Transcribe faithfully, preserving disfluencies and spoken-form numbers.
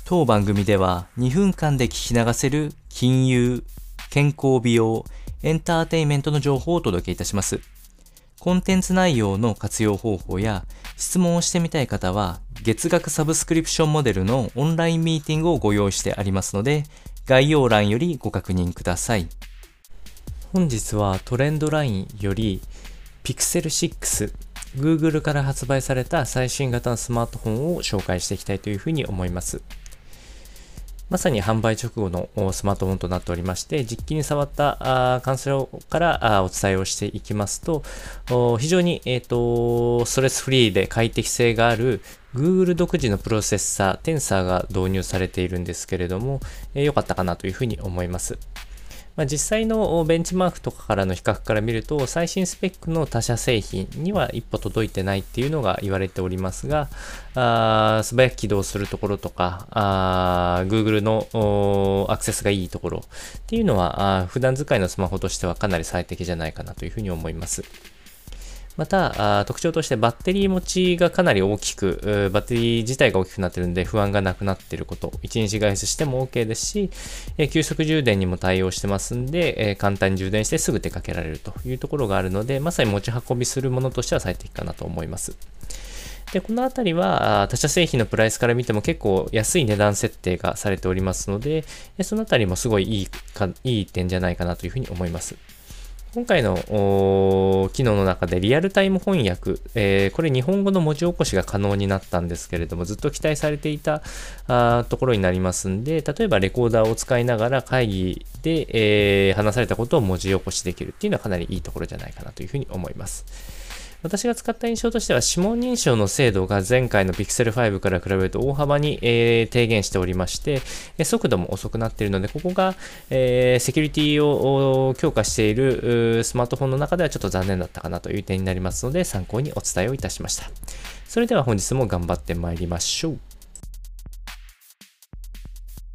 当番組ではにふんかんで聞き流せる金融、健康美容、エンターテインメントの情報をお届けいたします。コンテンツ内容の活用方法や質問をしてみたい方は月額サブスクリプションモデルのオンラインミーティングをご用意してありますので、概要欄よりご確認ください。本日はトレンドラインより ピクセルシックス、Google から発売された最新型のスマートフォンを紹介していきたいというふうに思います。まさに販売直後のスマートフォンとなっておりまして、実機に触った感想からお伝えをしていきますと、非常に、えーと、ストレスフリーで快適性がある Google 独自のプロセッサー、Tensor が導入されているんですけれども、良、えー、かったかなというふうに思います。まあ、実際のベンチマークとかからの比較から見ると、最新スペックの他社製品には一歩届いてないっていうのが言われておりますが、あ素早く起動するところとか、あ Google のアクセスがいいところっていうのは、あ普段使いのスマホとしてはかなり最適じゃないかなというふうに思います。また、特徴としてバッテリー持ちがかなり大きく、バッテリー自体が大きくなっているので不安がなくなっていること、いちにち外出しても OK ですし、急速充電にも対応してますんで、簡単に充電してすぐ出かけられるというところがあるので、まさに持ち運びするものとしては最適かなと思います。で、このあたりは他社製品のプライスから見ても結構安い値段設定がされておりますので、そのあたりもすごいいいか、いい点じゃないかなというふうに思います。今回の機能の中でリアルタイム翻訳、えー、これ日本語の文字起こしが可能になったんですけれども、ずっと期待されていたあところになりますんで、例えばレコーダーを使いながら会議で、えー、話されたことを文字起こしできるっていうのはかなりいいところじゃないかなというふうに思います。私が使った印象としては指紋認証の精度が前回の ピクセルファイブ から比べると大幅に、えー、低減しておりまして、速度も遅くなっているので、ここが、えー、セキュリティを強化しているスマートフォンの中ではちょっと残念だったかなという点になりますので、参考にお伝えをいたしました。それでは本日も頑張ってまいりましょう。